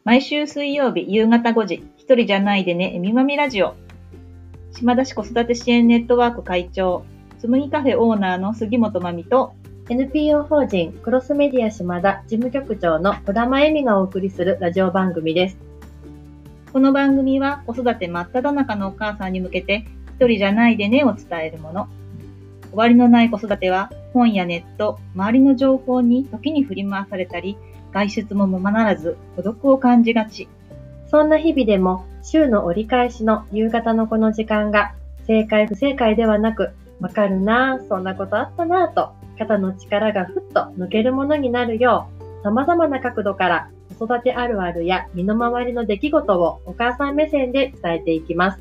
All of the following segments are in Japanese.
毎週水曜日夕方5時、一人じゃないでね、えみまみラジオ。島田市子育て支援ネットワーク会長、つむぎカフェオーナーの杉本真美と、 NPO 法人クロスメディア島田事務局長の児玉恵美がお送りするラジオ番組です。 この番組は子育て真っ只中のお母さんに向けて、一人じゃないでねを伝えるもの。終わりのない子育ては、本やネット、周りの情報に時に振り回されたり、外出もままならず孤独を感じがち。 そんな日々でも週の折り返しの夕方のこの時間が正解不正解ではなく、わかるなぁ、そんなことあったなぁと肩の力がふっと抜けるものになるよう、様々な角度から子育てあるあるや身の回りの出来事をお母さん目線で伝えていきます。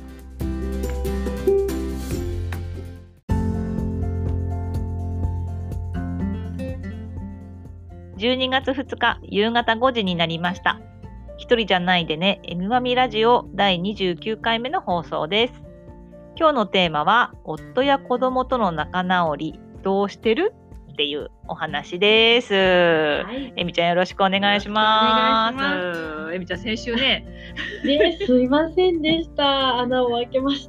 12月2日夕方5時になりました。一人じゃないでね、えみまみラジオ第29回目の放送です。今日のテーマは、夫や子供との仲直り、どうしてるっていうお話です。えみちゃんよろしくお願いします。えみちゃん先週ね。 すいませんでした。穴を開けまして。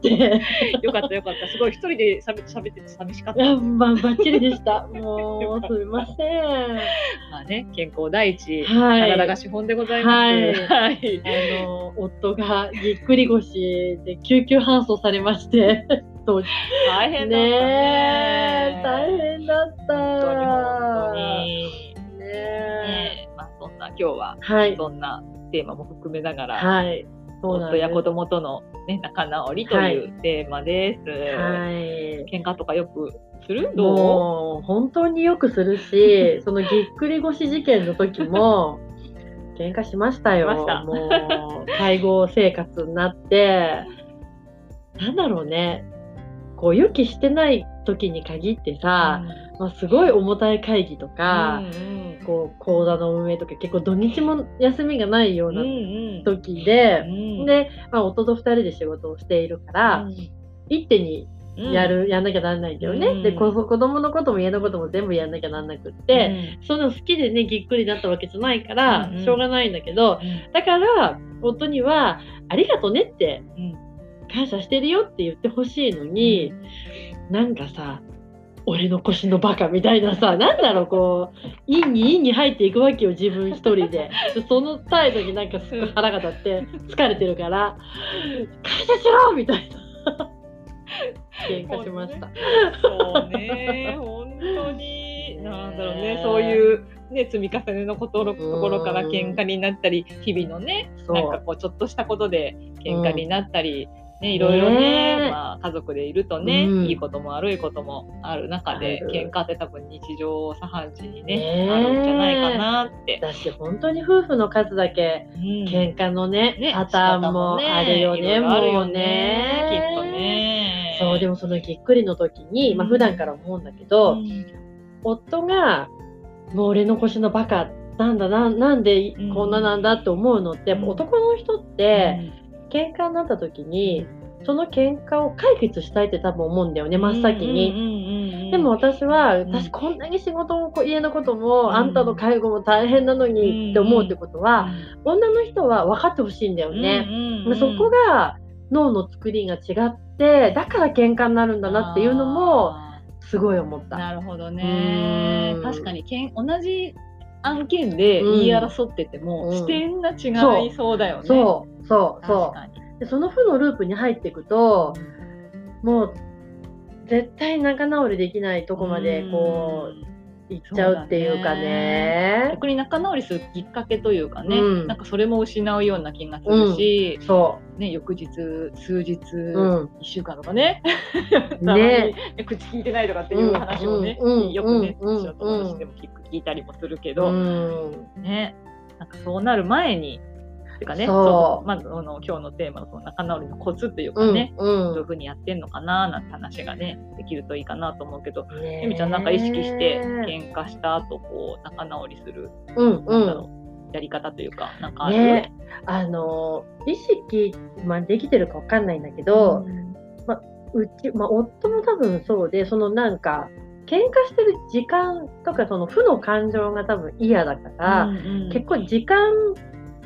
よかったよかった。すごい一人で喋ってて寂しかった。 バッチリでした。もうすいません。 まあね、健康第一、 はい、 体が資本でございます。 はい。夫がぎっくり腰で救急搬送されまして。 大変だったね。 大変だった。 本当に。まあそんな今日は、そんなテーマも含めながら、夫や子供との、ね、仲直りというテーマです。喧嘩とかよくする？ もう本当によくするし、そのぎっくり腰事件の時も喧嘩しましたよ。もう介護生活になって、なんだろうね。こう予期してない時に限ってさ、すごい重たい会議とか、こう講座の運営とか結構土日も休みがないような時で、夫と2人で仕事をしているから、一手にやんなきゃなんないんだよね。で、子供のことも家のことも全部やんなきゃなんなくって、その好きでねぎっくりだったわけじゃないから、しょうがないんだけど、だから夫にはありがとねって。感謝してるよって言ってほしいのに、なんかさ、俺の腰のバカみたいなさ、なんだろう、こう陰に入っていくわけよ、自分一人で。その態度になんかすごい腹が立って疲れてるから感謝しろみたいな喧嘩しました。 そうね、本当になんだろうね、そういうね、積み重ねのところから喧嘩になったり、日々のね、なんかこうちょっとしたことで喧嘩になったり、いろいろね、家族でいるとね、いいことも悪いこともある中で、喧嘩って多分日常茶飯事にね、あるんじゃないかなって。 だし本当に夫婦の数だけ、喧嘩のね、パターンもあるよね、もうね、 きっとね。 そう、でもそのぎっくりの時に、普段から思うんだけど、夫がもう俺の腰のバカなんでこんななんだって思うのって、やっぱ男の人って、喧嘩になった時にその喧嘩を解決したいって多分思うんだよね、真っ先に。でも私こんなに仕事も家のことも、あんたの介護も大変なのにって思うってことは、女の人は分かってほしいんだよね。そこが脳の作りが違って、だから喧嘩になるんだなっていうのもすごい思った。 なるほどね。確かに同じ案件で言い争ってても、視点が違いそうだよね。 そうで、その負のループに入っていくと、もう絶対仲直りできないとこまでこう行っちゃうっていうかね。 逆に仲直りするきっかけというかね、なんかそれも失うような気がするし、翌日、数日、1週間とかね、口聞いてないとかっていう話もね、よくね、私の友達でも聞いたりもするけど、ね、なんかそうなる前にてかね、まず今日のテーマの仲直りのコツっていうかね、どういう風にやってんのかななんて話がねできるといいかなと思うけど、えみちゃんなんか意識して喧嘩した後こう仲直りする、なんだろう、やり方というかなんかある？ 意識、できてるかわかんないんだけど、夫も多分そうで、そのなんか喧嘩してる時間とかその負の感情が多分嫌だから、結構時間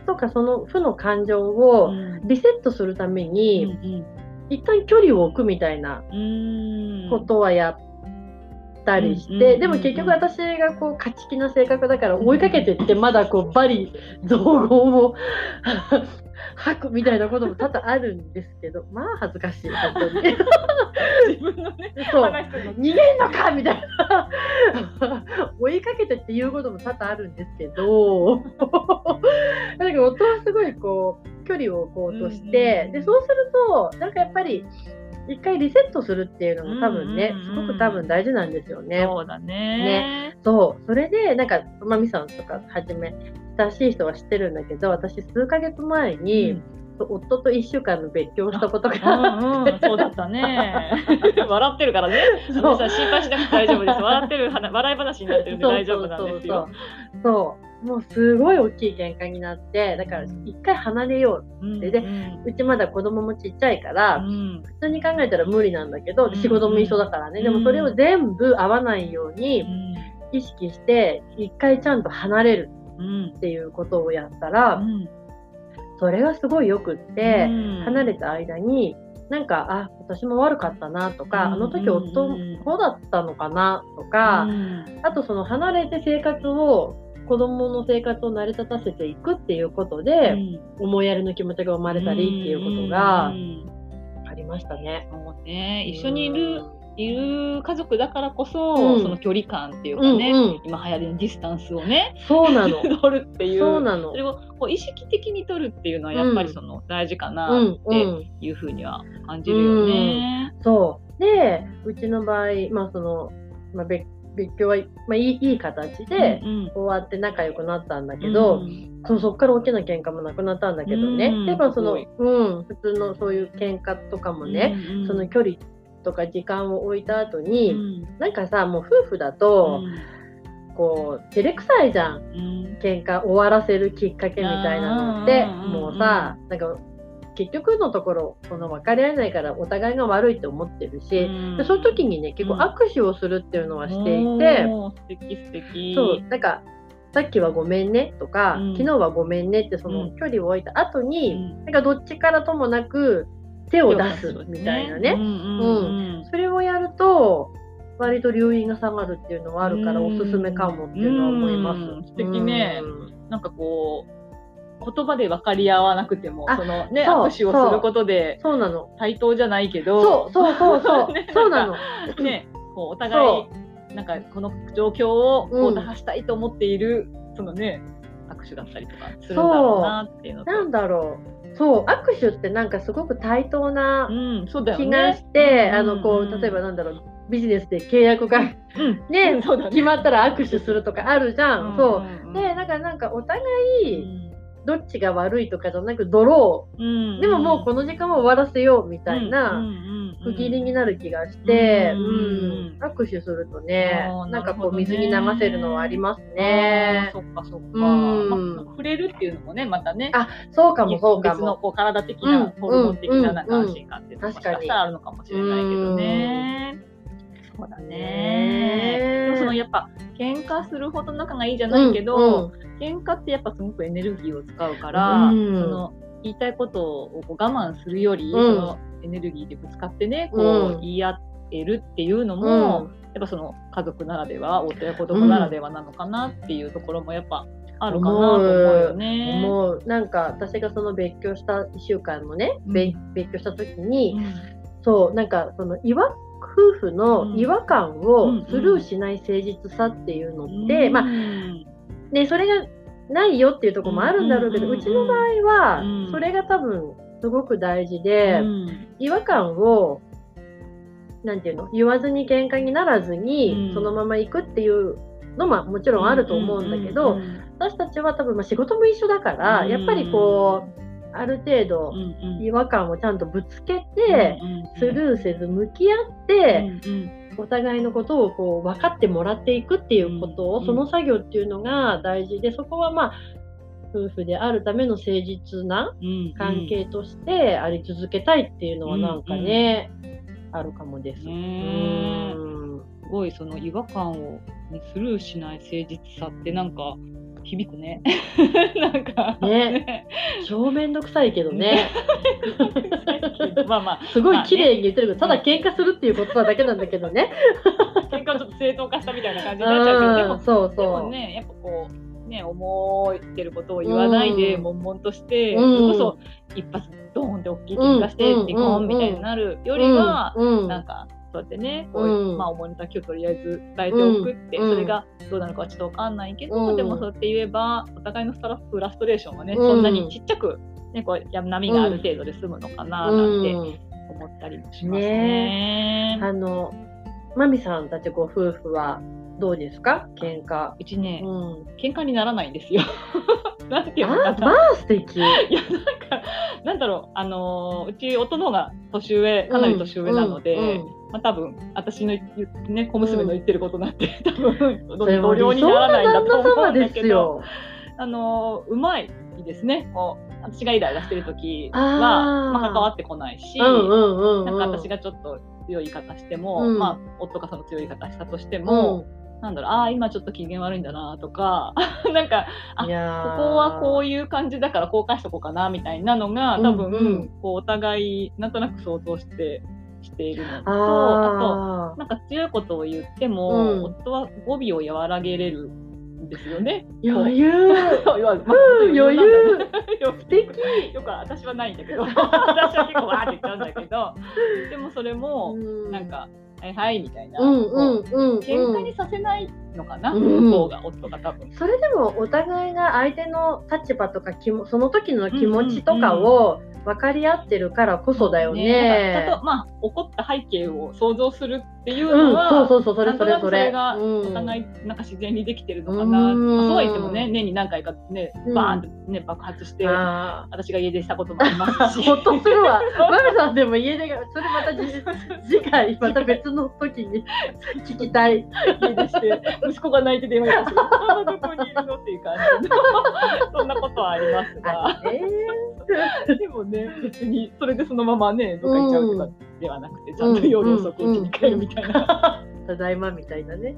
とかその負の感情をリセットするために、一旦距離を置くみたいなことはやったりして、でも結局私がこう勝ち気な性格だから追いかけてってまだこう罵詈雑言を吐くみたいなことも多々あるんですけど、まあ恥ずかしい本当に自分のね、 そう逃げんのかみたいな追いかけてっていうことも多々あるんですけどなんか夫はすごいこう距離を置こうとして、でそうするとなんかやっぱり一回リセットするっていうのも多分ね、すごく多分大事なんですよね。 そうだね。 そう、それでなんかまみさんとかはじめ親しい人は知ってるんだけど、私数ヶ月前に、夫と1週間の別居をしたことがあって、 そうだったね。笑ってるからね。皆さん心配しなくて大丈夫です。笑い話になってるんで大丈夫なんですよ。 そうもうすごい大きい喧嘩になって、だから一回離れようって、でうちまだ子供もちっちゃいから、普通に考えたら無理なんだけど、仕事も一緒だからね、でもそれを全部合わないように意識して一回ちゃんと離れるっていうことをやったら、それがすごいよくって、離れた間になんか私も悪かったなとか、あの時夫こうだったのかなとか、あとその離れて子供の生活を成り立たせていくっていうことで、思いやりの気持ちが生まれたりっていうことがありましたね。 そうね、一緒にいる家族だからこそ、その距離感っていうかね、今流行りのディスタンスをね、 そうなの取るっていう、 そうなの、 それをこう意識的に取るっていうのはやっぱりその大事かなっていうふうには感じるよね。 そうで、うちの場合、別居は、いい形で終わって仲良くなったんだけど、そっから大きな喧嘩もなくなったんだけどね、やっぱその、普通のそういう喧嘩とかもね、その距離とか時間を置いた後に、なんかさ、もう夫婦だと、こう照れくさいじゃん、喧嘩終わらせるきっかけみたいなのって、もうさ、なんか結局のところその分かり合えないからお互いが悪いって思ってるし、でそういう時にね、結構握手をするっていうのはしていて、 素敵。 そうなんかさっきはごめんねとか、昨日はごめんねってその距離を置いた後に、なんかどっちからともなく手を出すみたいなね、それをやると割と留飲が下がるっていうのはあるから、おすすめかもっていうのは思います。 素敵ね。なんかこう言葉で分かり合わなくても、そのね、握手をすることで、 そうなの、 対等じゃないけど、 そうなのね、こうお互いなんかこの状況をこう打破したいと思っている、そのね、握手だったりとかするんだろうなっていうのと、 なんだろう、そう握手ってなんかすごく対等な気がして、例えばなんだろう、ビジネスで契約が決まったら握手するとかあるじゃん。そうで、なんかお互いどっちが悪いとかじゃなく、ドロー、でももうこの時間は終わらせようみたいな区切りになる気がして、握手するとね、なんかこう水に流せるのはありますね。 そっか。触れるっていうのもね、またね、 そうかも。 別のこう体的なホルモン的ななんか安心感っていうのももしかしたらあるのかもしれないけどね。そうだね。でもそのやっぱ喧嘩するほど仲がいいじゃないけど、喧嘩ってやっぱすごくエネルギーを使うから、その言いたいことをこう我慢するより、そのエネルギーでぶつかってね、こう言い合えるっていうのも、やっぱその家族ならでは、夫や子供ならではなのかなっていうところもやっぱあるかなと思うよね。 もうなんか私がその別居した1週間のね、別居した時に、そうなんかその夫婦の違和感をスルーしない誠実さっていうのって、ね、それがないよっていうところもあるんだろうけど、うちの場合はそれが多分すごく大事で、違和感をなんていうの、言わずに喧嘩にならずにそのまま行くっていうのももちろんあると思うんだけど、私たちは多分仕事も一緒だから、やっぱりこうある程度違和感をちゃんとぶつけて、スルーせず向き合って、お互いのことをこう分かってもらっていくっていうことを、その作業っていうのが大事で、そこは夫婦であるための誠実な関係としてあり続けたいっていうのはなんかね、あるかもです。すごいその違和感をスルーしない誠実さってなんか響くね。なんかね、超めんどくさいけどね。 まあまあすごい綺麗に言ってるけど、ただ喧嘩するっていうことだけなんだけどね。 喧嘩をちょっと正当化したみたいな感じになっちゃうけど、でもそうそう。 でもね、やっぱこうね、思ってることを言わないで悶々として、それこそ一発ドーンって大きい喧嘩して離婚みたいになるよりは、なんかそうやってね、こうまあ思いの丈をとりあえず伝えておくって、それがどうなのかはちょっと分かんないけど、でもそうやって言えばお互いのフラストレーションはね、そんなにちっちゃくね、こう波がある程度で済むのかななんて思ったりもしますね。 マミさんたちご夫婦はどうですか？喧嘩。 うちね、喧嘩にならないんですよ。なんていうのかな。 まあ素敵。いやなんだろう、うち夫の方が年上、かなり年上なので、まあ多分私のね小娘の言ってることなんて多分同僚にならないんだと思うんだけど、うまいですね。こう私がイライラしてる時はまあ関わってこないし、なんか私がちょっと強い言い方しても、まあ夫がその強い言い方したとしても、なんだろう、今ちょっと機嫌悪いんだなとか、なんかここはこういう感じだからこう返しとこうかなみたいなのが多分、こうお互いなんとなく想像しているのと、あとなんか強いことを言っても、夫は語尾を和らげれるんですよね。 余裕余裕素敵。よく私はないんだけど、私は結構わーって言っちゃうんだけど、でもそれもなんかはいはいみたいな、喧嘩にさせないのかな、夫が多分。それでもお互いが相手の立場とかその時の気持ちとかを分かり合ってるからこそだよね。 ちゃんとまあ怒った背景を想像するっていうのは、それがお互いなんか自然にできてるのかな。そうは言ってもね、年に何回かねバーンとね爆発して私が家出したこともありますし。 ほっとするわ。マミさんでも家出がそれまた次回また別の時に聞きたい。 家出して息子が泣いて電話して、どこにいるのっていう感じのそんなことはありますが。でもね、別にそれでそのままねどっか行っちゃうとかではなくて、ちゃんと夜遅く家に帰るみたいな、 ただいまみたいなね。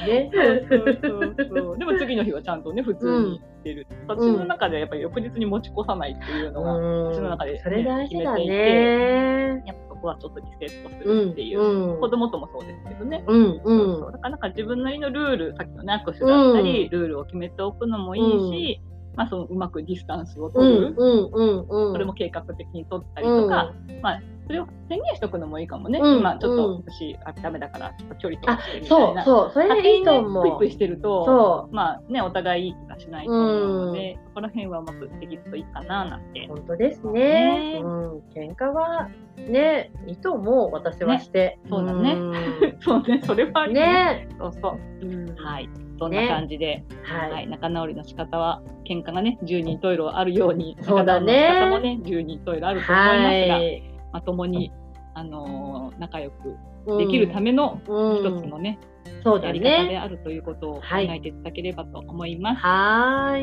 そうでも次の日はちゃんとね普通に出る。私の中ではやっぱり翌日に持ち越さないっていうのが私の中でそれ大事だ決めていて、やっぱそこはちょっとリセットするっていう、子供ともそうですけどね。なかなか自分なりのルール、さっきのね握手だったりルールを決めておくのもいいし、まあ、そのうまくディスタンスを取る、それも計画的に取ったりとか、まあ、それを宣言しておくのもいいかもね。今ちょっと私ダメだからちょっと距離取ってみたいな。 それでいいと思う。 プイプイしてると、まあねお互いいい気がしないと思うので、そこら辺はうまくできるといいかななんて。 本当ですね。喧嘩はねいいと思う。私はして。 そうだね。そうね、それはありね。そうそう。はい。そんな感じで、仲直りの仕方は喧嘩がね10人十色あるように、 そうだね、 仲直りの仕方もね10人十色あると思いますが、まともに仲良くできるための一つのね、やり方であるということを考えていただければと思います。 はい。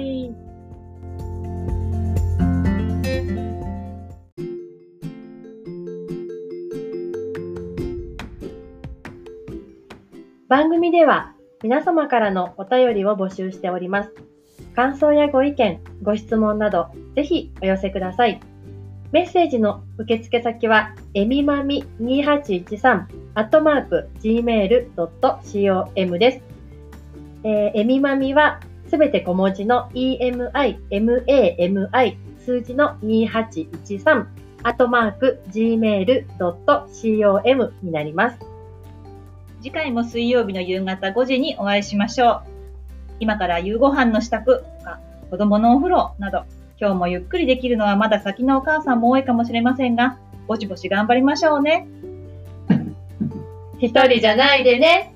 番組では皆様からのお便りを募集しております。感想やご意見、ご質問など、ぜひお寄せください。メッセージの受付先は、えみまみ2813@gmail.com です。えみまみはすべて小文字の EMIMAMI 数字の2813@gmail.com になります。 次回も水曜日の夕方5時にお会いしましょう。今から夕ご飯の支度とか子供のお風呂など、今日もゆっくりできるのはまだ先のお母さんも多いかもしれませんが、ぼちぼち頑張りましょうね。 一人じゃないでね。